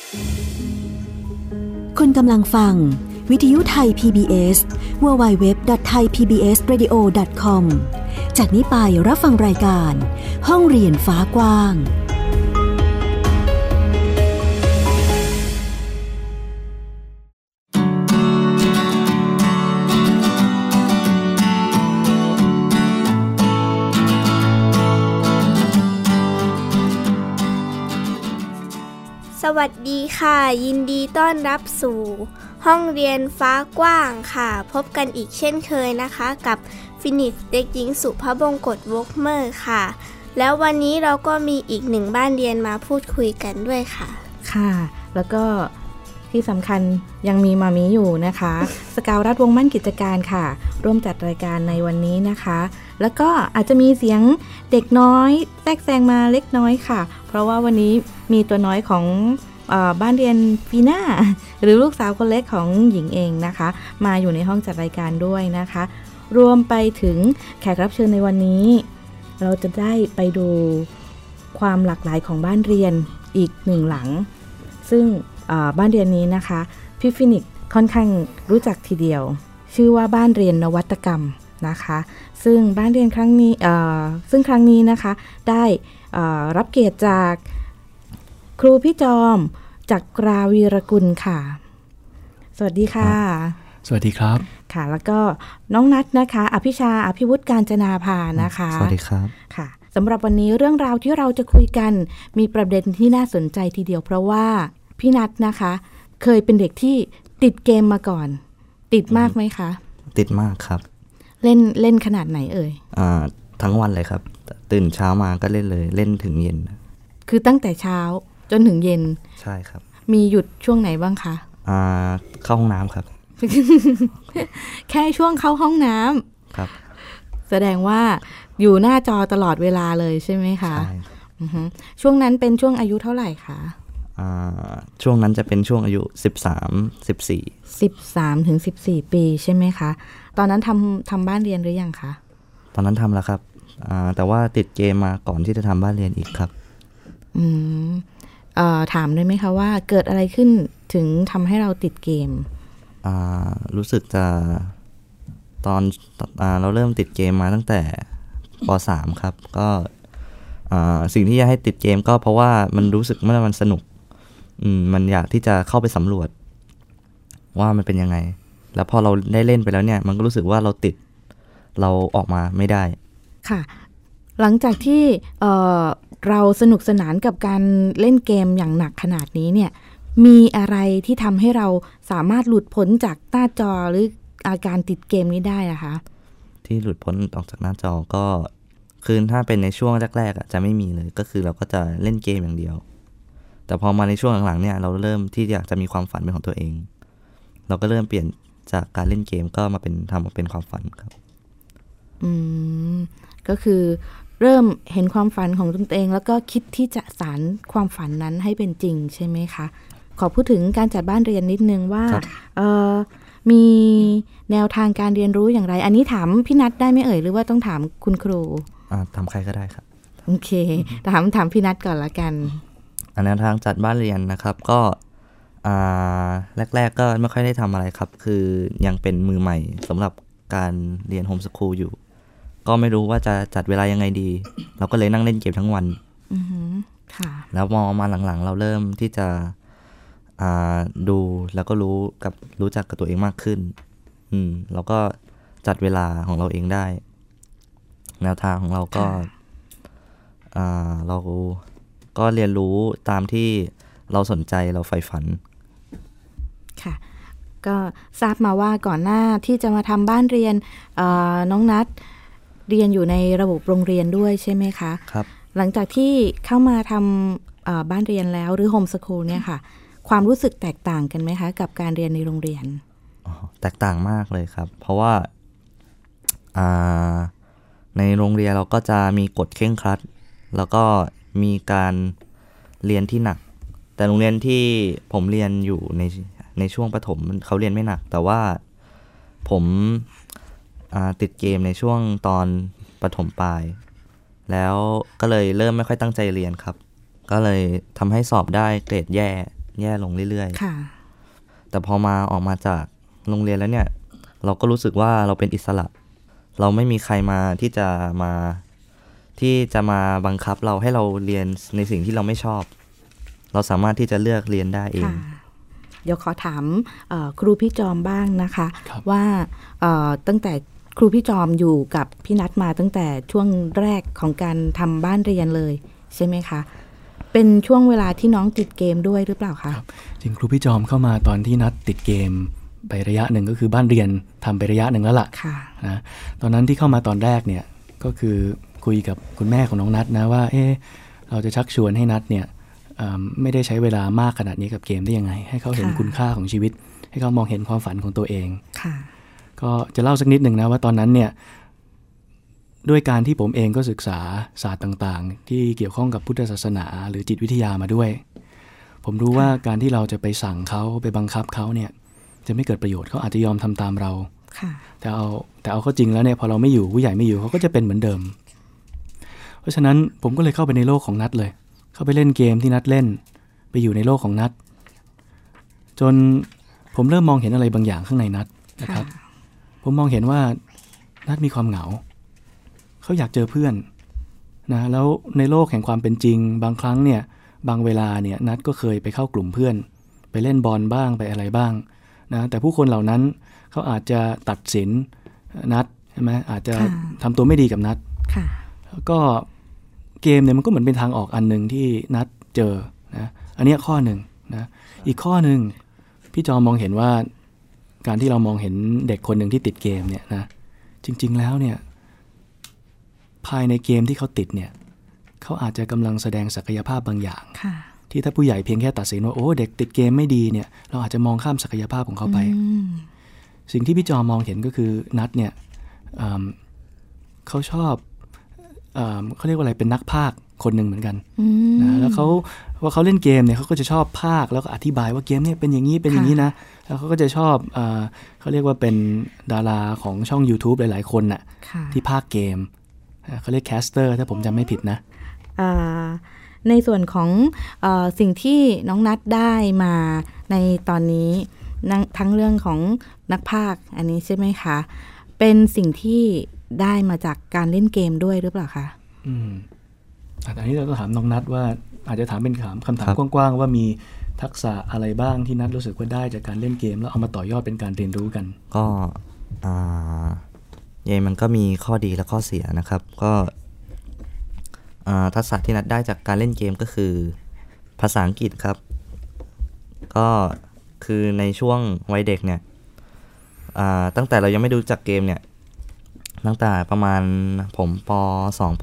คุณกำลังฟังวิทยุไทย PBS www.thaipbsradio.com จากนี้ไปรับฟังรายการห้องเรียนฟ้ากว้างสวัสดีค่ะยินดีต้อนรับสู่ห้องเรียนฟ้ากว้างค่ะพบกันอีกเช่นเคยนะคะกับฟินิกซ์เด็กหญิงสุภบงกตวอล์กเมอร์ค่ะแล้ววันนี้เราก็มีอีกหนึ่งบ้านเรียนมาพูดคุยกันด้วยค่ะค่ะแล้วก็ที่สำคัญยังมีมามีอยู่นะคะ สกาวรัฐวงศ์มั่นกิจการค่ะร่วมจัดรายการในวันนี้นะคะแล้วก็อาจจะมีเสียงเด็กน้อยแทรกแซงมาเล็กน้อยค่ะเพราะว่าวันนี้มีตัวน้อยของบ้านเรียนฟีน่าหรือลูกสาวคนเล็กของหญิงเองนะคะมาอยู่ในห้องจัดรายการด้วยนะคะรวมไปถึงแขกรับเชิญในวันนี้เราจะได้ไปดูความหลากหลายของบ้านเรียนอีกหนึ่งหลังซึ่งบ้านเรียนนี้นะคะพี่ฟินิกซ์ค่อนข้างรู้จักทีเดียวชื่อว่าบ้านเรียนนวัตกรรมนะคะซึ่งบ้านเรียนครั้งนี้ซึ่งครั้งนี้นะคะได้รับเกียรติจากครูพี่จอมจักราวีรกุลค่ะสวัสดีค่ะสวัสดีครับค่ะแล้วก็น้องนัทนะคะอภิชาอภิวุฒิกาญจนาภานะคะสวัสดีครับค่ะสำหรับวันนี้เรื่องราวที่เราจะคุยกันมีประเด็นที่น่าสนใจทีเดียวเพราะว่าพี่นัทนะคะเคยเป็นเด็กที่ติดเกมมาก่อนติดมากไหมคะติดมากครับเล่นขนาดไหนเอ่ยทั้งวันเลยครับตื่นเช้ามาก็เล่นเลยเล่นถึงเย็นคือตั้งแต่เช้าจนถึงเย็นใช่ครับมีหยุดช่วงไหนบ้างคะเข้าห้องน้ำครับแค่ช่วงเข้าห้องน้ำครับแสดงว่าอยู่หน้าจอตลอดเวลาเลยใช่ไหมคะใช่ช่วงนั้นเป็นช่วงอายุเท่าไหร่คะช่วงนั้นจะเป็นช่วงอายุ13 ถึง 14 ปีใช่ไหมคะตอนนั้นทำบ้านเรียนหรือยังคะตอนนั้นทำแล้วครับแต่ว่าติดเกมมาก่อนที่จะทำบ้านเรียนอีกครับถามได้ไหมคะว่าเกิดอะไรขึ้นถึงทำให้เราติดเกมรู้สึกจะตอนเราเริ่มติดเกมมาตั้งแต่ป.3 ครับก็สิ่งที่จะให้ติดเกมก็เพราะว่ามันรู้สึกว่ามันสนุกมันอยากที่จะเข้าไปสำรวจว่ามันเป็นยังไงแล้วพอเราได้เล่นไปแล้วเนี่ยมันก็รู้สึกว่าเราติดเราออกมาไม่ได้ค่ะหลังจากที่เราสนุกสนานกับการเล่นเกมอย่างหนักขนาดนี้เนี่ยมีอะไรที่ทำให้เราสามารถหลุดพ้นจากหน้าจอหรืออาการติดเกมนี้ได้นะคะที่หลุดพ้นออกจากหน้าจอก็คือถ้าเป็นในช่วงแรกๆจะไม่มีเลยก็คือเราก็จะเล่นเกมอย่างเดียวแต่พอมาในช่วงหลังๆเนี่ยเราเริ่มที่อยากจะมีความฝันเป็นของตัวเองเราก็เริ่มเปลี่ยนจากการเล่นเกมก็มาทำมาเป็นความฝันครับก็คือเริ่มเห็นความฝันของตนเองแล้วก็คิดที่จะสานความฝันนั้นให้เป็นจริงใช่ไหมคะขอพูดถึงการจัดบ้านเรียนนิดนึงว่ามีแนวทางการเรียนรู้อย่างไรอันนี้ถามพี่นัทได้ไหมเอ่ยหรือว่าต้องถามคุณครูถามใครก็ได้ครับโอเคถามพี่นัทก่อนละกันแนวทางจัดบ้านเรียนนะครับก็แรกๆก็ไม่ค่อยได้ทำอะไรครับคือยังเป็นมือใหม่สำหรับการเรียนโฮมสคูลอยู่ก็ไม่รู้ว่าจะจัดเวลายังไงดีเราก็เลยนั่งเล่นเกมทั้งวันค่ะแล้วมาหลังๆเราเริ่มที่จะดูแล้วก็รู้จักกับตัวเองมากขึ้นเราก็จัดเวลาของเราเองได้แนวทางของเราก็เราก็เรียนรู้ตามที่เราสนใจเราใฝ่ฝันค่ะก็ทราบมาว่าก่อนหน้าที่จะมาทำบ้านเรียนน้องนัทเรียนอยู่ในระบบโรงเรียนด้วยใช่ไหมคะครับหลังจากที่เข้ามาทำบ้านเรียนแล้วหรือโฮมสคูลเนี่ยค่ะความรู้สึกแตกต่างกันไหมคะกับการเรียนในโรงเรียนแตกต่างมากเลยครับเพราะว่าในโรงเรียนเราก็จะมีกฎเคร่งครัดแล้วก็มีการเรียนที่หนักแต่โรงเรียนที่ผมเรียนอยู่ในช่วงประถมเขาเรียนไม่หนักแต่ว่าผมติดเกมในช่วงตอนประถมปลายแล้วก็เลยเริ่มไม่ค่อยตั้งใจเรียนครับก็เลยทำให้สอบได้เกรดแย่แย่ลงเรื่อยๆแต่พอออกมาจากโรงเรียนแล้วเนี่ยเราก็รู้สึกว่าเราเป็นอิสระเราไม่มีใครที่จะมาบังคับเราให้เราเรียนในสิ่งที่เราไม่ชอบเราสามารถที่จะเลือกเรียนได้เองเดี๋ยวขอถามครูพี่จอมบ้างนะคะว่าตั้งแต่ครูพี่จอมอยู่กับพี่นัทมาตั้งแต่ช่วงแรกของการทำบ้านเรียนเลยใช่ไหมคะเป็นช่วงเวลาที่น้องติดเกมด้วยหรือเปล่าคะจริงครูพี่จอมเข้ามาตอนที่นัทติดเกมไประยะหนึ่งก็คือบ้านเรียนทำไประยะหนึ่งแล้วล่ะนะตอนนั้นที่เข้ามาตอนแรกเนี่ยก็คือคุยกับคุณแม่ของน้องนัทนะว่าเราจะชักชวนให้นัทเนี่ยไม่ได้ใช้เวลามากขนาดนี้กับเกมได้ยังไงให้เขาเห็นคุณค่าของชีวิตให้เขามองเห็นความฝันของตัวเองก็จะเล่าสักนิดหนึ่งนะว่าตอนนั้นเนี่ยด้วยการที่ผมเองก็ศึกษาศาสตร์ต่างๆที่เกี่ยวข้องกับพุทธศาสนาหรือจิตวิทยามาด้วยผมรู้ว่าการที่เราจะไปสั่งเขาไปบังคับเขาเนี่ยจะไม่เกิดประโยชน์เขาอาจจะยอมทำตามเราแต่เอาเข้าจริงแล้วเนี่ยพอเราไม่อยู่ผู้ใหญ่ไม่อยู่เขาก็จะเป็นเหมือนเดิมเพราะฉะนั้นผมก็เลยเข้าไปในโลกของนัทเลยเข้าไปเล่นเกมที่นัทเล่นไปอยู่ในโลกของนัทจนผมเริ่มมองเห็นอะไรบางอย่างข้างในนัทนะครับผมมองเห็นว่านัทมีความเหงาเขาอยากเจอเพื่อนนะแล้วในโลกแห่งความเป็นจริงบางครั้งเนี่ยบางเวลาเนี่ยนัทก็เคยไปเข้ากลุ่มเพื่อนไปเล่นบอลบ้างไปอะไรบ้างนะแต่ผู้คนเหล่านั้นเขาอาจจะตัดสินนัทใช่ไหมอาจจะทำตัวไม่ดีกับนัทแล้วก็เกมเนี่ยมันก็เหมือนเป็นทางออกอันหนึ่งที่นัทเจอนะอันนี้ข้อหนึ่งนะอีกข้อหนึ่งพี่จอมมองเห็นว่าการที่เรามองเห็นเด็กคนหนึ่งที่ติดเกมเนี่ยนะจริงๆแล้วเนี่ยภายในเกมที่เขาติดเนี่ยเขาอาจจะกำลังแสดงศักยภาพบางอย่างที่ถ้าผู้ใหญ่เพียงแค่ตัดสินว่าโอ้เด็กติดเกมไม่ดีเนี่ยเราอาจจะมองข้ามศักยภาพของเขาไปสิ่งที่พี่จอมองเห็นก็คือนัทเนี่ยเขาชอบเขาเรียกว่าอะไรเป็นนักพากย์คนหนึ่งเหมือนกันนะแล้วเขาเล่นเกมเนี่ยเขาก็จะชอบพากย์แล้วก็อธิบายว่าเกมเนี่ยเป็นอย่างนี้เป็นอย่างนี้นะแล้วเขาก็จะชอบเขาเรียกว่าเป็นดาราของช่อง YouTube หลายๆคนน่ะที่พากย์เกมเขาเรียกแคสเตอร์ถ้าผมจำไม่ผิดนะในส่วนของสิ่งที่น้องนัทได้มาในตอนนี้ทั้งเรื่องของนักพากย์อันนี้ใช่ไหมคะเป็นสิ่งที่ได้มาจากการเล่นเกมด้วยหรือเปล่าคะอันนี้เราต้องถามน้องนัทว่าอาจจะถามเป็นคำถามกว้างๆว่ามีทักษะอะไรบ้างที่นัทรู้สึกว่าได้จากการเล่นเกมแล้วเอามาต่อยอดเป็นการเรียนรู้กันก็มันก็มีข้อดีและข้อเสียนะครับก็ทักษะที่นัทได้จากการเล่นเกมก็คือภาษาอังกฤษครับก็คือในช่วงวัยเด็กเนี่ยตั้งแต่เรายังไม่รู้จักเกมเนี่ยตั้งแต่ประมาณผมป.2 ป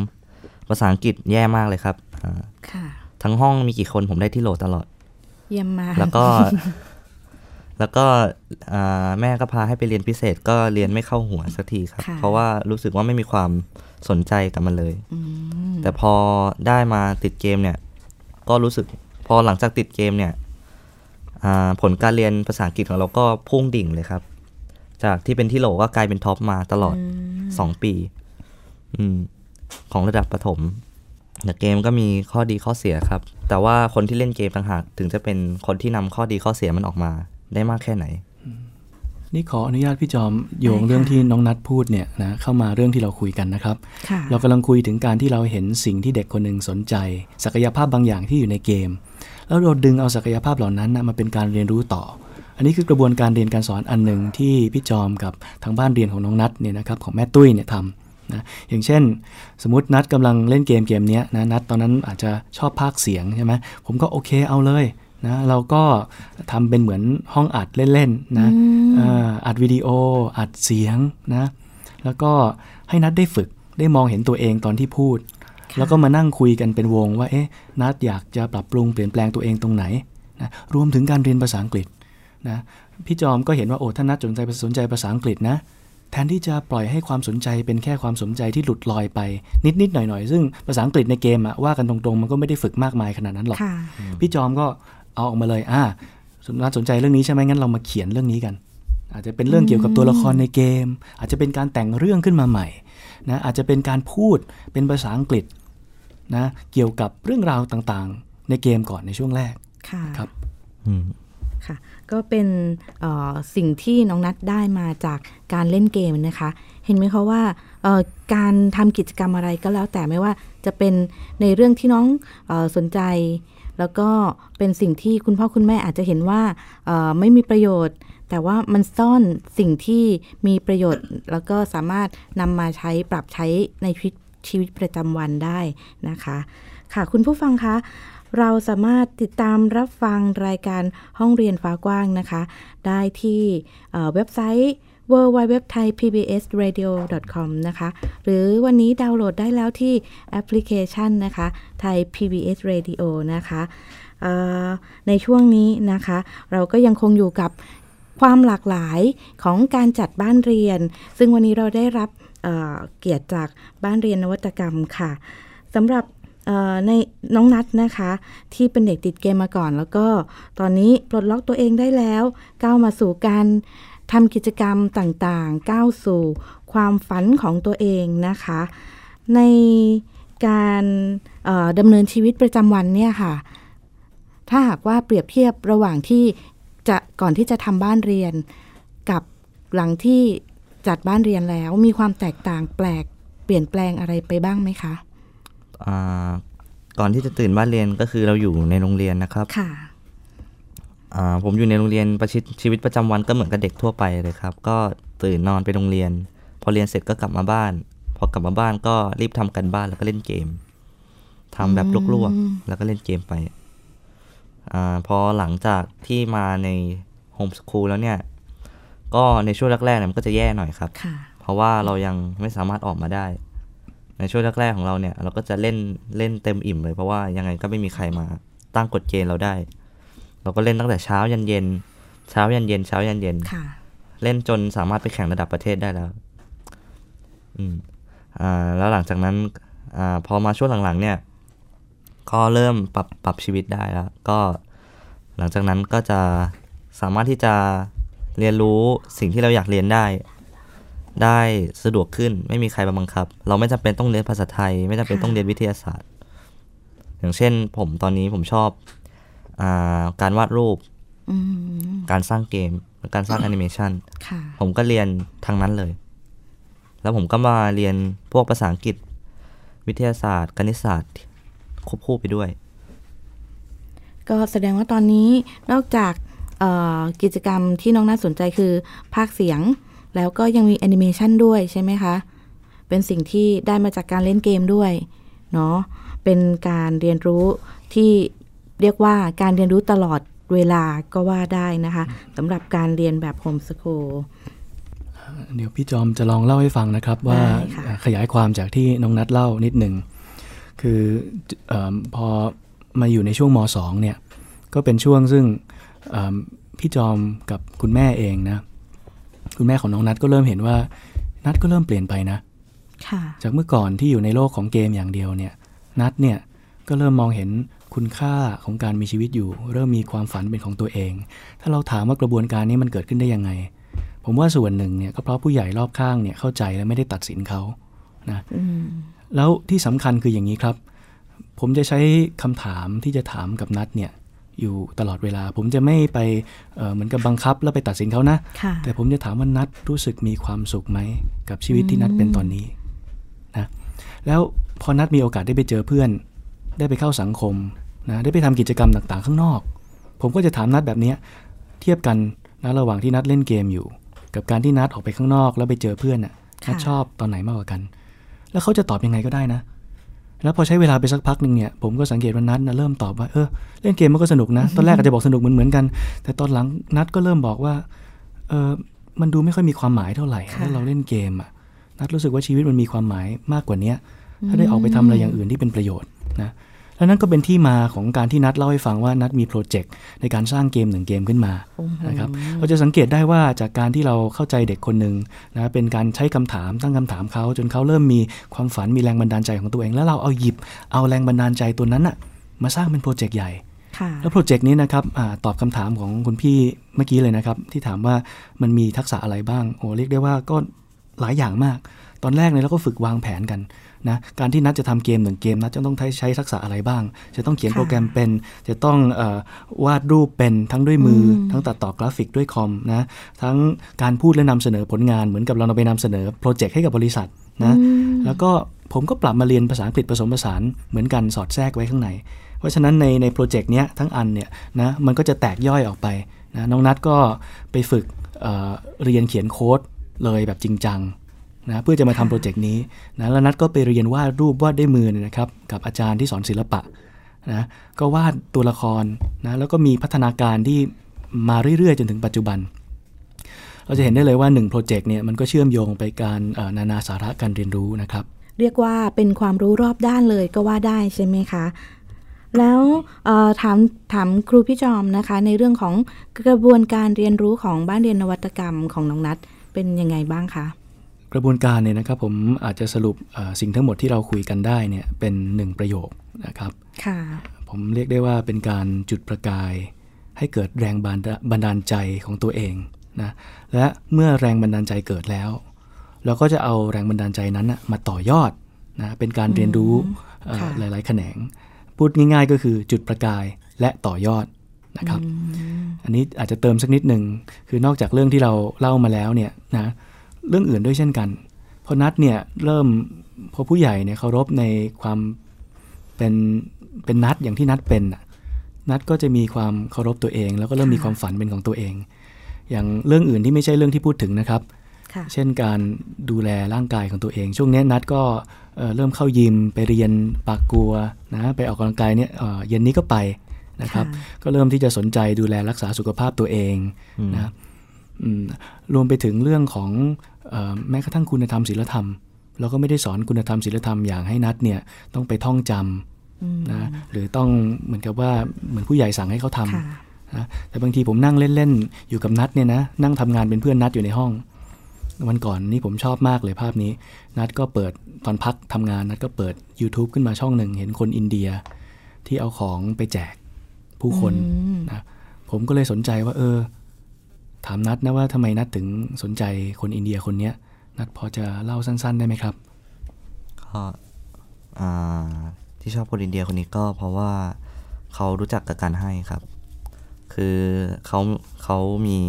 .3 ภาษาอังกฤษแย่มากเลยครับทั้งห้องมีกี่คนผมได้ที่โหลตลอดเยี่ยมมากแล้วก็แม่ก็พาให้ไปเรียนพิเศษก็เรียนไม่เข้าหัวสักทีครับเพราะว่ารู้สึกว่าไม่มีความสนใจกับมันเลยแต่พอได้มาติดเกมเนี่ยก็รู้สึกพอหลังจากติดเกมเนี่ยผลการเรียนภาษาอังกฤษของเราก็พุ่งดิ่งเลยครับจากที่เป็นที่โหลก็กลายเป็นท็อปมาตลอด2 ปีของระดับประถมแต่เกมก็มีข้อดีข้อเสียครับแต่ว่าคนที่เล่นเกมต่างหากถึงจะเป็นคนที่นำข้อดีข้อเสียมันออกมาได้มากแค่ไหนนี่ขออนุญาตพี่จอมโยงเรื่องที่น้องนัทพูดเนี่ยนะเข้ามาเรื่องที่เราคุยกันนะครับเรากำลังคุยถึงการที่เราเห็นสิ่งที่เด็กคนหนึ่งสนใจศักยภาพบางอย่างที่อยู่ในเกมแล้วเราดึงเอาศักยภาพเหล่านั้นมาเป็นการเรียนรู้ต่ออันนี้คือกระบวนการเรียนการสอนอันหนึ่งที่พี่จอมกับทางบ้านเรียนของน้องนัทเนี่ยนะครับของแม่ตุ้ยเนี่ยทำนะอย่างเช่นสมมตินัทกำลังเล่นเกมนี้นะนัทตอนนั้นอาจจะชอบพากย์เสียงใช่ไหมผมก็โอเคเอาเลยนะเราก็ทำเป็นเหมือนห้องอัดเล่นๆนะอัดวิดีโออัดเสียงนะแล้วก็ให้นัทได้ฝึกได้มองเห็นตัวเองตอนที่พูดแล้วก็มานั่งคุยกันเป็นวงว่านัทอยากจะปรับปรุงเปลี่ยนแปลงตัวเองตรงไหนนะรวมถึงการเรียนภาษาอังกฤษนะพี่จอมก็เห็นว่าถ้านัทสนใจภาษาอังกฤษนะแทนที่จะปล่อยให้ความสนใจเป็นแค่ความสนใจที่หลุดลอยไปนิดๆหน่อยๆซึ่งภาษาอังกฤษในเกมว่ากันตรงๆมันก็ไม่ได้ฝึกมากมายขนาดนั้นหรอกพี่จอมก็เอาออกมาเลยนัทสนใจเรื่องนี้ใช่ไหมงั้นเรามาเขียนเรื่องนี้กันอาจจะเป็นเรื่องเกี่ยวกับตัวละครในเกมอาจจะเป็นการแต่งเรื่องขึ้นมาใหม่นะอาจจะเป็นการพูดเป็นภาษาอังกฤษนะเกี่ยวกับเรื่องราวต่างๆในเกมก่อนในช่วงแรกครับค่ะก็เป็นสิ่งที่น้องนัทได้มาจากการเล่นเกมนะคะเห็นไหมคะว่าการทำกิจกรรมอะไรก็แล้วแต่ไม่ว่าจะเป็นในเรื่องที่น้องสนใจแล้วก็เป็นสิ่งที่คุณพ่อคุณแม่อาจจะเห็นว่าไม่มีประโยชน์แต่ว่ามันซ่อนสิ่งที่มีประโยชน์แล้วก็สามารถนำมาใช้ปรับใช้ในชีวิตประจำวันได้นะคะค่ะคุณผู้ฟังคะเราสามารถติดตามรับฟังรายการห้องเรียนฟ้ากว้างนะคะได้ที่เว็บไซต์ www.thaipbsradio.com นะคะหรือวันนี้ดาวน์โหลดได้แล้วที่แอปพลิเคชันนะคะ Thai PBS Radio นะคะในช่วงนี้นะคะเราก็ยังคงอยู่กับความหลากหลายของการจัดบ้านเรียนซึ่งวันนี้เราได้รับเกียรติจากบ้านเรียนนวัตกรรมค่ะสำหรับในน้องนัทนะคะที่เป็นเด็กติดเกมมาก่อนแล้วก็ตอนนี้ปลดล็อกตัวเองได้แล้วก้าวมาสู่การทำกิจกรรมต่างๆก้าวสู่ความฝันของตัวเองนะคะในการดำเนินชีวิตประจำวันเนี่ยค่ะถ้าหากว่าเปรียบเทียบระหว่างที่ก่อนที่จะทำบ้านเรียนกับหลังที่จัดบ้านเรียนแล้วมีความแตกต่างเปลี่ยนแปลงอะไรไปบ้างไหมคะก่อนที่จะตื่นบ้านเรียนก็คือเราอยู่ในโรงเรียนนะครับค่ะผมอยู่ในโรงเรียนชีวิตประจำวันก็เหมือนกับเด็กทั่วไปเลยครับก็ตื่นนอนไปโรงเรียนพอเรียนเสร็จก็กลับมาบ้านพอกลับมาบ้านก็รีบทำกันบ้านแล้วก็เล่นเกมทำแบบลวกๆแล้วก็เล่นเกมไปพอหลังจากที่มาในโฮมสคูลแล้วเนี่ยก็ในช่วงแรกๆเนี่ยมันก็จะแย่หน่อยครับเพราะว่าเรายังไม่สามารถออกมาได้ในช่วงแรกๆของเราเนี่ยเราก็จะเล่นเต็มอิ่มเลยเพราะว่ายังไงก็ไม่มีใครมาตั้งกฎเกณฑ์เราได้เราก็เล่นตั้งแต่เช้ายันเย็นเล่นจนสามารถไปแข่งระดับประเทศได้แล้วแล้วหลังจากนั้นพอมาช่วงหลังๆเนี่ยก็เริ่มปรับชีวิตได้แล้วก็หลังจากนั้นก็จะสามารถที่จะเรียนรู้สิ่งที่เราอยากเรียนได้สะดวกขึ้นไม่มีใครมาบังคับเราไม่จำเป็นต้องเรียนภาษาไทยไม่จำเป็นต้องเรียนวิทยาศาสตร์อย่างเช่นตอนนี้ผมชอบการวาดรูปการสร้างเกมการสร้างแอนิเมชันผมก็เรียนทางนั้นเลยแล้วผมก็มาเรียนพวกภาษาอังกฤษวิทยาศาสตร์คณิตศาสตร์ควบคู่ไปด้วยก็แสดงว่าตอนนี้นอกจากกิจกรรมที่น้องน่าสนใจคือพากย์เสียงแล้วก็ยังมีแอนิเมชันด้วยใช่ไหมคะเป็นสิ่งที่ได้มาจากการเล่นเกมด้วยเนาะเป็นการเรียนรู้ที่เรียกว่าการเรียนรู้ตลอดเวลาก็ว่าได้นะคะสำหรับการเรียนแบบโฮมสคูลเดี๋ยวพี่จอมจะลองเล่าให้ฟังนะครับว่าขยายความจากที่น้องนัทเล่านิดหนึ่งคือพอมาอยู่ในช่วงม.2 เนี่ยก็เป็นช่วงซึ่งพี่จอมกับคุณแม่เองนะคุณแม่ของน้องนัทก็เริ่มเห็นว่านัทก็เริ่มเปลี่ยนไปนะจากเมื่อก่อนที่อยู่ในโลกของเกมอย่างเดียวเนี่ยนัทเนี่ยก็เริ่มมองเห็นคุณค่าของการมีชีวิตอยู่เริ่มมีความฝันเป็นของตัวเองถ้าเราถามว่ากระบวนการนี้มันเกิดขึ้นได้ยังไงผมว่าส่วนหนึ่งเนี่ยก็เพราะผู้ใหญ่รอบข้างเนี่ยเข้าใจและไม่ได้ตัดสินเขานะแล้วที่สำคัญคืออย่างนี้ครับผมจะใช้คำถามที่จะถามกับนัทเนี่ยอยู่ตลอดเวลาผมจะไม่ไปเหมือนกับบังคับแล้วไปตัดสินเขานะแต่ผมจะถามว่านัทรู้สึกมีความสุขไหมกับชีวิตที่นัทเป็นตอนนี้นะแล้วพอนัทมีโอกาสได้ไปเจอเพื่อนได้ไปเข้าสังคมนะได้ไปทำกิจกรรมต่างๆข้างนอกผมก็จะถามนัทแบบนี้เทียบกันนะระหว่างที่นัทเล่นเกมอยู่กับการที่นัทออกไปข้างนอกแล้วไปเจอเพื่อนน่ะนัทชอบตอนไหนมากกว่ากันแล้วเขาจะตอบยังไงก็ได้นะแล้วพอใช้เวลาไปสักพักนึงเนี่ยผมก็สังเกตว่านัทนะเริ่มตอบว่าเล่นเกมมันก็สนุกนะตอนแรกอาจจะบอกสนุกเหมือนกันแต่ตอนหลังนัทก็เริ่มบอกว่ามันดูไม่ค่อยมีความหมายเท่าไหร่ถ้าเราเล่นเกมอ่ะนัทรู้สึกว่าชีวิตมันมีความหมายมากกว่านี้ถ้าได้ออกไปทำอะไรอย่างอื่นที่เป็นประโยชน์นะแล้วนั่นก็เป็นที่มาของการที่นัทเล่าให้ฟังว่านัทมีโปรเจกต์ในการสร้างเกม1เกมขึ้นมานะครับเราจะสังเกตได้ว่าจากการที่เราเข้าใจเด็กคนหนึ่งนะเป็นการใช้คำถามตั้งคำถามเขาจนเขาเริ่มมีความฝันมีแรงบันดาลใจของตัวเองแล้วเราเอาแรงบันดาลใจตัวนั้นอะมาสร้างเป็นโปรเจกต์ใหญ่แล้วโปรเจกต์นี้นะครับตอบคำถามของคุณพี่เมื่อกี้เลยนะครับที่ถามว่ามันมีทักษะอะไรบ้างเรียกได้ว่าก็หลายอย่างมากตอนแรกเนี่ยเราก็ฝึกวางแผนกันนะการที่นัดจะทำเกม1เกมนัดจะต้องใช้ทักษะอะไรบ้างจะต้องเขียนโปรแกรมเป็นจะต้องวาดรูปเป็นทั้งด้วยมือทั้งตัดต่อกราฟิกด้วยคอมนะทั้งการพูดและนำเสนอผลงานเหมือนกับเราไปนำเสนอโปรเจกต์ให้กับบริษัทนะแล้วก็ผมก็ปรับมาเรียนภาษาอังกฤษผสมผสานเหมือนกันสอดแทรกไว้ข้างในเพราะฉะนั้นในโปรเจกต์เนี้ยทั้งอันเนี่ยนะมันก็จะแตกย่อยออกไปนะน้องนัทก็ไปฝึกเรียนเขียนโค้ดเลยแบบจริงจังนะเพื่อจะมาทำโปรเจกต์นี้นะแล้วนัทก็ไปเรียนวาดรูปวาดด้วยมือเนี่ยนะครับกับอาจารย์ที่สอนศิลปะนะก็วาดตัวละครนะแล้วก็มีพัฒนาการที่มาเรื่อยๆจนถึงปัจจุบันเราจะเห็นได้เลยว่า1โปรเจกต์เนี่ยมันก็เชื่อมโยงไปการนานาสาระการเรียนรู้นะครับเรียกว่าเป็นความรู้รอบด้านเลยก็ว่าได้ใช่ไหมคะแล้วถามครูพี่จอมนะคะในเรื่องของกระบวนการเรียนรู้ของบ้านเรียนนวัตกรรมของน้องนัทเป็นยังไงบ้างคะกระบวนการเนี่ยนะครับผมอาจจะสรุปสิ่งทั้งหมดที่เราคุยกันได้เนี่ยเป็น1ประโยคนะครับค่ะผมเรียกได้ว่าเป็นการจุดประกายให้เกิดแรงบันดาลใจของตัวเองนะและเมื่อแรงบันดาลใจเกิดแล้วเราก็จะเอาแรงบันดาลใจนั้นมาต่อยอดนะเป็นการเรียนรู้หลายๆแขนงพูดง่ายๆก็คือจุดประกายและต่อยอดนะครับอันนี้อาจจะเติมสักนิดหนึ่งคือนอกจากเรื่องที่เราเล่ามาแล้วเนี่ยนะเรื่องอื่นด้วยเช่นกันพอนัทเนี่ยเริ่มพอผู้ใหญ่เนี่ยเคารพในความเป็นนัทอย่างที่นัทเป็นนัทก็จะมีความเคารพตัวเองแล้วก็เริ่มมีความฝันเป็นของตัวเองอย่างเรื่องอื่นที่ไม่ใช่เรื่องที่พูดถึงนะครับเช่นการดูแลร่างกายของตัวเองช่วงนี้นัทก็เริ่มเข้ายิมไปเรียนปากกัวนะไปออกกำลังกายเนี่ยเย็นนี้ก็ไปนะครับก็เริ่มที่จะสนใจดูแลรักษาสุขภาพตัวเองนะรวมไปถึงเรื่องของแม้กระทั่งคุณธรรมศีลธรรมเราก็ไม่ได้สอนคุณธรรมศีลธรรมอย่างให้นัทเนี่ยต้องไปท่องจำนะหรือต้องเหมือนกับว่าเหมือนผู้ใหญ่สั่งให้เขาทำนะแต่บางทีผมนั่งเล่นๆอยู่กับนัทเนี่ยนะนั่งทำงานเป็นเพื่อนนัทอยู่ในห้องวันก่อนนี่ผมชอบมากเลยภาพนี้นัทก็เปิดตอนพักทำงานนัทก็เปิด YouTube ขึ้นมาช่องหนึ่งเห็นคนอินเดียที่เอาของไปแจกผู้คนนะผมก็เลยสนใจว่าถามนัทนะว่าทำไมนัทถึงสนใจคนอินเดียคนนี้นัทพอจะเล่าสั้นๆได้ไหมครับก็ที่ชอบคนอินเดียคนนี้ก็เพราะว่าเขารู้จักกับการให้ครับคือเขา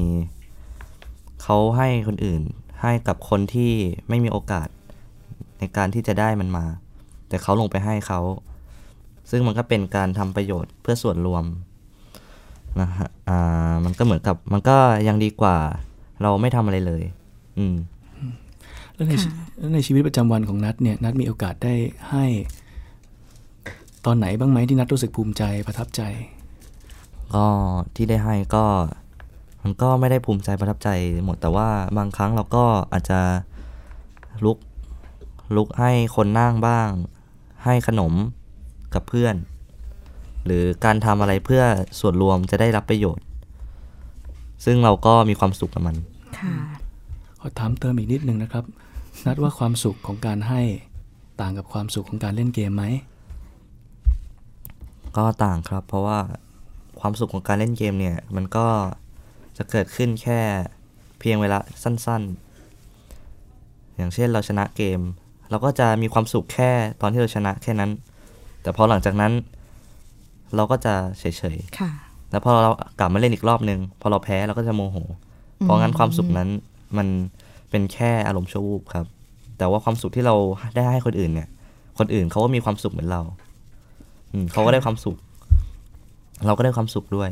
ให้คนอื่นให้กับคนที่ไม่มีโอกาสในการที่จะได้มันมาแต่เขาลงไปให้เขาซึ่งมันก็เป็นการทำประโยชน์เพื่อส่วนรวมนะฮะมันก็เหมือนกับมันก็ยังดีกว่าเราไม่ทำอะไรเลยแล้วในชีวิตประจำวันของนัทเนี่ยนัทมีโอกาสได้ให้ตอนไหนบ้างไหมที่นัทรู้สึกภูมิใจประทับใจก็ที่ได้ให้ก็มันก็ไม่ได้ภูมิใจประทับใจหมดแต่ว่าบางครั้งเราก็อาจจะลุกให้คนนั่งบ้างให้ขนมกับเพื่อนหรือการทำอะไรเพื่อส่วนรวมจะได้รับประโยชน์ซึ่งเราก็มีความสุขกับมันขอถามเติมอีกนิดนึงนะครับนัดว่าความสุขของการให้ต่างกับความสุขของการเล่นเกมไหมก็ต่างครับเพราะว่าความสุขของการเล่นเกมเนี่ยมันก็จะเกิดขึ้นแค่เพียงเวลาสั้นๆอย่างเช่นเราชนะเกมเราก็จะมีความสุขแค่ตอนที่เราชนะแค่นั้นแต่พอหลังจากนั้นเราก็จะเฉยๆแล้วพอเรากลับมาเล่นอีกรอบนึงพอเราแพ้เราก็จะโมโหเพราะงั้นความสุขนั้นมันเป็นแค่อารมณ์ชั่ววูบครับแต่ว่าความสุขที่เราได้ให้คนอื่นเนี่ยคนอื่นเขาก็มีความสุขเหมือนเราเขาก็ได้ความสุขเราก็ได้ความสุขด้วย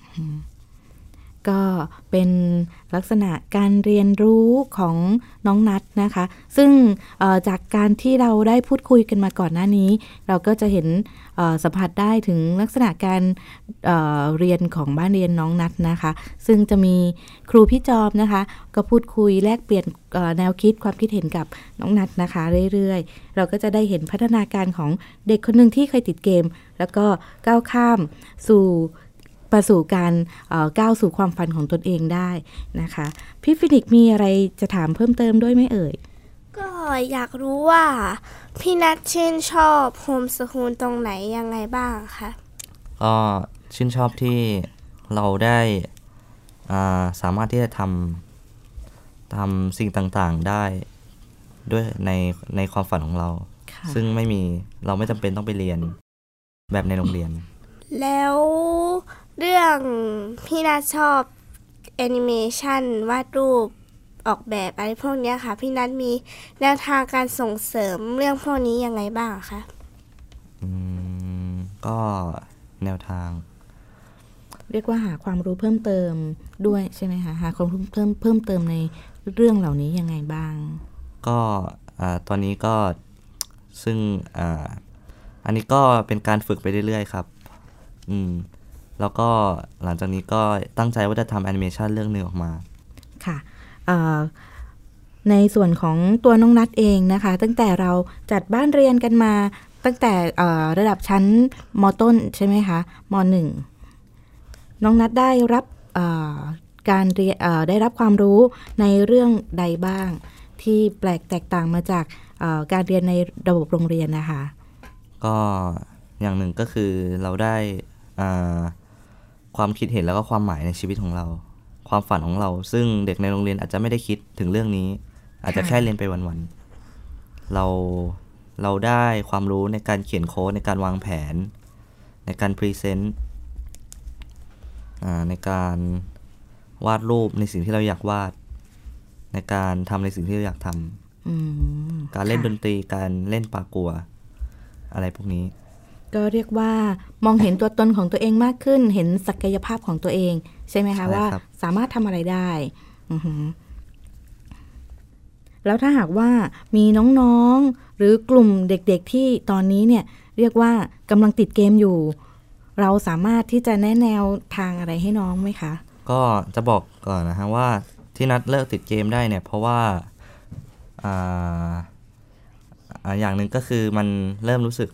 ก็เป็นลักษณะการเรียนรู้ของน้องนัทนะคะซึ่งจากการที่เราได้พูดคุยกันมาก่อนหน้านี้เราก็จะเห็นสัมผัสได้ถึงลักษณะการเรียนของบ้านเรียนน้องนัทนะคะซึ่งจะมีครูพี่จอมนะคะก็พูดคุยแลกเปลี่ยนแนวคิดความคิดเห็นกับน้องนัทนะคะเรื่อยๆเราก็จะได้เห็นพัฒนาการของเด็กคนหนึ่งที่เคยติดเกมแล้วก็ก้าวข้ามสู่การก้าวสู่ความฝันของตนเองได้นะคะพี่ฟินิกมีอะไรจะถามเพิ่มเติมด้วยไหมเอ่ยก็อยากรู้ว่าพี่นัทชื่นชอบโฮมสคูลตรงไหนยังไงบ้างคะก็ชื่นชอบที่เราได้สามารถที่จะทำสิ่งต่างๆได้ด้วยในความฝันของเราซึ่งเราไม่จำเป็นต้องไปเรียนแบบในโรงเรียนแล้วเรื่องพี่นัทชอบแอนิเมชันวาดรูปออกแบบอะไรพวกนี้ค่ะพี่นัทมีแนวทางการส่งเสริมเรื่องพวกนี้ยังไงบ้างคะก็แนวทางเรียกว่าหาความรู้เพิ่มเติมด้วยใช่ไหมคะหาความรู้เพิ่มเติมในเรื่องเหล่านี้ยังไงบ้างก็ตอนนี้ก็ซึ่งอันนี้ก็เป็นการฝึกไปเรื่อยๆครับแล้วก็หลังจากนี้ก็ตั้งใจว่าจะทำแอนิเมชันเรื่องนึงออกมาค่ะในส่วนของตัวน้องนัทเองนะคะตั้งแต่เราจัดบ้านเรียนกันมาตั้งแต่ระดับชั้นม.ต้นใช่ไหมคะม.1 น้องนัทได้รับการเรียนได้รับความรู้ในเรื่องใดบ้างที่แปลกแตกต่างมาจากการเรียนในระบบโรงเรียนนะคะก็อย่างหนึ่งก็คือเราได้ความคิดเห็นแล้วก็ความหมายในชีวิตของเราความฝันของเราซึ่งเด็กในโรงเรียนอาจจะไม่ได้คิดถึงเรื่องนี้อาจจะแค่เรียนไปวันๆเราได้ความรู้ในการเขียนโค้ดในการวางแผนในการพรีเซนต์ในการวาดรูปในสิ่งที่เราอยากวาดในการทำในสิ่งที่เราอยากทำการเล่นดนตรีการเล่นปากัวอะไรพวกนี้ก็เรียกว่ามองเห็นตัวตนของตัวเองมากขึ้นเห็นศักยภาพของตัวเองใช่ไหมคะว่าสามารถทำอะไรได้แล้วถ้าหากว่ามีน้องๆหรือกลุ่มเด็กๆที่ตอนนี้เนี่ยเรียกว่ากำลังติดเกมอยู่เราสามารถที่จะแนะแนวทางอะไรให้น้องไหมคะก็จะบอกก่อนนะฮะว่าที่นัดเลิกติดเกมได้เนี่ยเพราะว่าอย่างหนึ่งก็คือมันเริ่มรู้สึก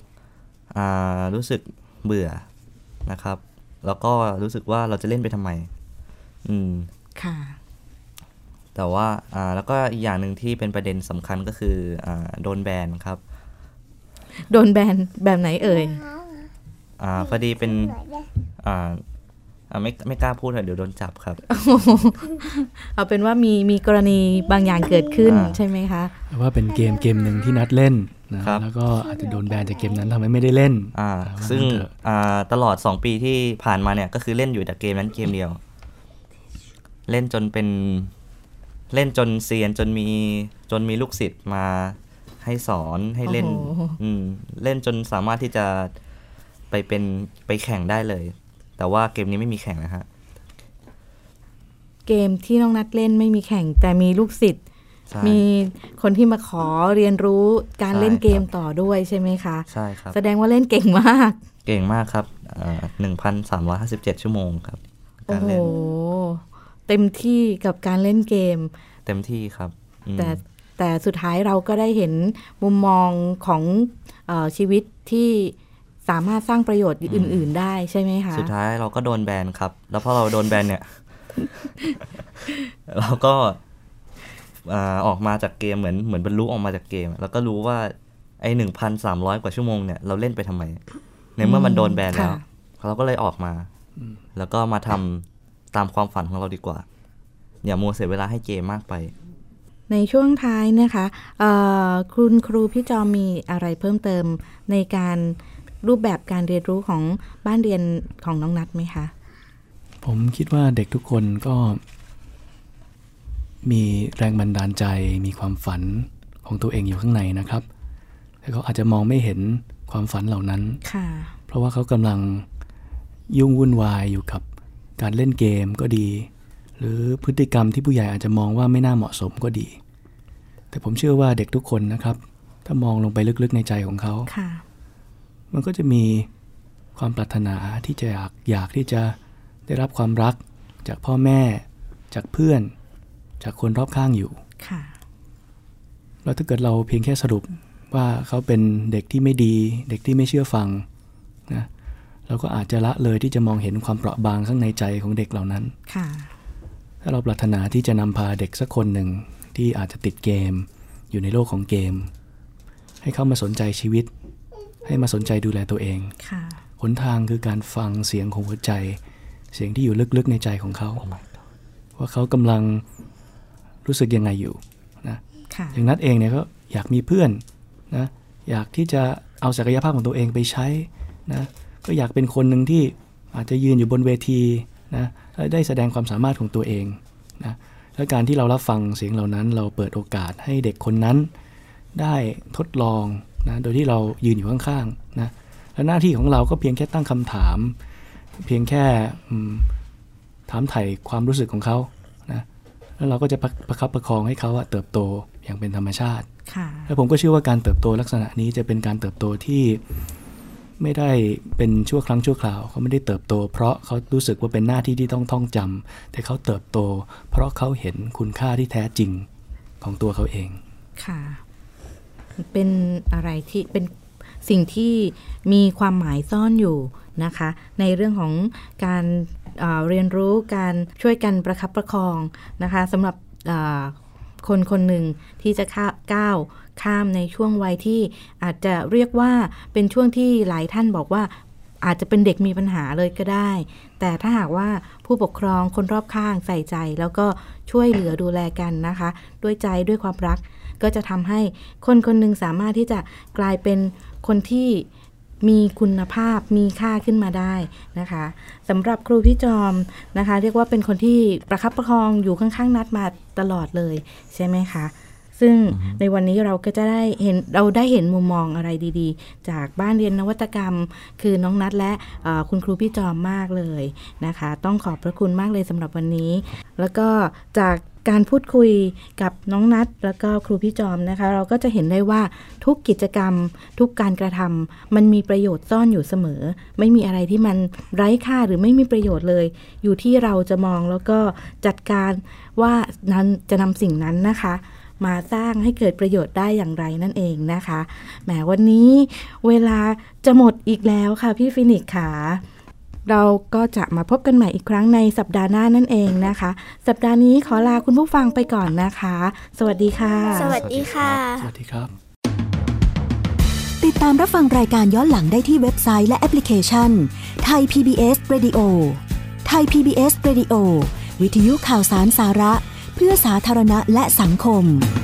เบื่อนะครับแล้วก็รู้สึกว่าเราจะเล่นไปทำไมค่ะแต่ว่าแล้วก็อีกอย่างหนึ่งที่เป็นประเด็นสำคัญก็คือโดนแบนครับโดนแบนแบบไหนเอ่ยพอดีเป็นไม่กล้าพูดเดี๋ยวโดนจับครับเอาเป็นว่ามีกรณีบางอย่างเกิดขึ้นใช่ไหมคะว่าเป็นเกมหนึ่งที่นัดเล่นนะแล้วก็อาจจะโดนแบนจากเกมนั้นทำให้ไม่ได้เล่นซึ่งตลอด2ปีที่ผ่านมาเนี่ยก็คือเล่นอยู่แต่เกมนั้นเกมเดียวเล่นจนเซียนจนมีลูกศิษย์มาให้สอนให้เล่นเล่นจนสามารถที่จะไปแข่งได้เลยแต่ว่าเกมนี้ไม่มีแข่งนะฮะเกมที่น้องนัดเล่นไม่มีแข่งแต่มีลูกศิษย์มีคนที่มาขอเรียนรู้การเล่นเกมต่อด้วยใช่ไหมคะใช่ครับแสดงว่าเล่นเก่งมากครับ1,357 ชั่วโมงครับการเล่นโอ้โหเต็มที่กับการเล่นเกมเต็มที่ครับแต่สุดท้ายเราก็ได้เห็นมุมมองของชีวิตที่สามารถสร้างประโยชน์อื่นๆได้ใช่ไหมคะสุดท้ายเราก็โดนแบนครับแล้วพอเราโดนแบนเนี่ย เราก็ออกมาจากเกมเหมือนบรรลุออกมาจากเกมแล้วก็รู้ว่าไอ้ 1,300 กว่าชั่วโมงเนี่ยเราเล่นไปทำไมในเมื่อมันโดนแบนแล้วเราก็เลยออกมาแล้วก็มาทำตามความฝันของเราดีกว่าอย่ามัวเสียเวลาให้เกมมากไปในช่วงท้ายนะคะคุณครูพี่จอมมีอะไรเพิ่มเติมในการรูปแบบการเรียนรู้ของบ้านเรียนของน้องนัทไหมคะผมคิดว่าเด็กทุกคนก็มีแรงบันดาลใจมีความฝันของตัวเองอยู่ข้างในนะครับแต่เขาอาจจะมองไม่เห็นความฝันเหล่านั้นเพราะว่าเขากำลังยุ่งวุ่นวายอยู่กับการเล่นเกมก็ดีหรือพฤติกรรมที่ผู้ใหญ่อาจจะมองว่าไม่น่าเหมาะสมก็ดีแต่ผมเชื่อว่าเด็กทุกคนนะครับถ้ามองลงไปลึกๆในใจของเขามันก็จะมีความปรารถนาที่จะอยากที่จะได้รับความรักจากพ่อแม่จากเพื่อนจากคนรอบข้างอยู่แล้วถ้าเกิดเราเพียงแค่สรุปว่าเขาเป็นเด็กที่ไม่ดีเด็กที่ไม่เชื่อฟังนะเราก็อาจจะละเลยที่จะมองเห็นความเปราะบางข้างในใจของเด็กเหล่านั้นถ้าเราปรารถนาที่จะนำพาเด็กสักคนหนึ่งที่อาจจะติดเกมอยู่ในโลกของเกมให้เขามาสนใจชีวิตให้มาสนใจดูแลตัวเองหนทางคือการฟังเสียงของหัวใจเสียงที่อยู่ลึกๆในใจของเขาว่าเขากำลังรู้สึกยังไงอยู่นะอย่างนัทเองเนี่ยก็อยากมีเพื่อนนะอยากที่จะเอาศักยภาพของตัวเองไปใช้นะก็อยากเป็นคนหนึ่งที่อาจจะยืนอยู่บนเวทีนะได้แสดงความสามารถของตัวเองนะและการที่เรารับฟังเสียงเหล่านั้นเราเปิดโอกาสให้เด็กคนนั้นได้ทดลองนะโดยที่เรายืนอยู่ข้างๆนะและหน้าที่ของเราก็เพียงแค่ตั้งคำถามเพียงแค่ถามไถ่ความรู้สึกของเขานะแล้วเราก็จะประคับประคองให้เขาเติบโตอย่างเป็นธรรมชาติและผมก็เชื่อว่าการเติบโตลักษณะนี้จะเป็นการเติบโตที่ไม่ได้เป็นชั่วครั้งชั่วคราวเขาไม่ได้เติบโตเพราะเขารู้สึกว่าเป็นหน้าที่ที่ต้องท่องจำแต่เขาเติบโตเพราะเขาเห็นคุณค่าที่แท้จริงของตัวเขาเองค่ะเป็นอะไรที่เป็นสิ่งที่มีความหมายซ่อนอยู่นะคะในเรื่องของการเรียนรู้การช่วยกันประคับประคองนะคะสำหรับคนคนหนึ่งที่จะก้าวข้ามในช่วงวัยที่อาจจะเรียกว่าเป็นช่วงที่หลายท่านบอกว่าอาจจะเป็นเด็กมีปัญหาเลยก็ได้แต่ถ้าหากว่าผู้ปกครองคนรอบข้างใส่ใจแล้วก็ช่วยเหลือดูแลกันนะคะด้วยใจด้วยความรักก็จะทำให้คนคนหนึ่งสามารถที่จะกลายเป็นคนที่มีคุณภาพมีค่าขึ้นมาได้นะคะสำหรับครูพี่จอมนะคะเรียกว่าเป็นคนที่ประคับประคองอยู่ข้างๆนัดมาตลอดเลยใช่ไหมคะซึ่งในวันนี้เราก็จะได้เห็นมุมมองอะไรดีๆจากบ้านเรียนนวัตกรรมคือน้องนัทและคุณครูพี่จอมมากเลยนะคะต้องขอบพระคุณมากเลยสำหรับวันนี้แล้วก็จากการพูดคุยกับน้องนัทแล้วก็ครูพี่จอมนะคะเราก็จะเห็นได้ว่าทุกกิจกรรมทุกการกระทำมันมีประโยชน์ซ่อนอยู่เสมอไม่มีอะไรที่มันไร้ค่าหรือไม่มีประโยชน์เลยอยู่ที่เราจะมองแล้วก็จัดการว่านั้นจะนำสิ่งนั้นนะคะมาสร้างให้เกิดประโยชน์ได้อย่างไรนั่นเองนะคะแหมวันนี้เวลาจะหมดอีกแล้วค่ะพี่ฟินิกซ์ค่ะเราก็จะมาพบกันใหม่อีกครั้งในสัปดาห์หน้านั่นเองนะคะสัปดาห์นี้ขอลาคุณผู้ฟังไปก่อนนะคะสวัสดีค่ะสวัสดีค่ะสวัสดีครับติดตามรับฟังรายการย้อนหลังได้ที่เว็บไซต์และแอปพลิเคชัน Thai PBS Radio Thai PBS Radio วิทยุข่าวสารสาระเพื่อสาธารณะและสังคม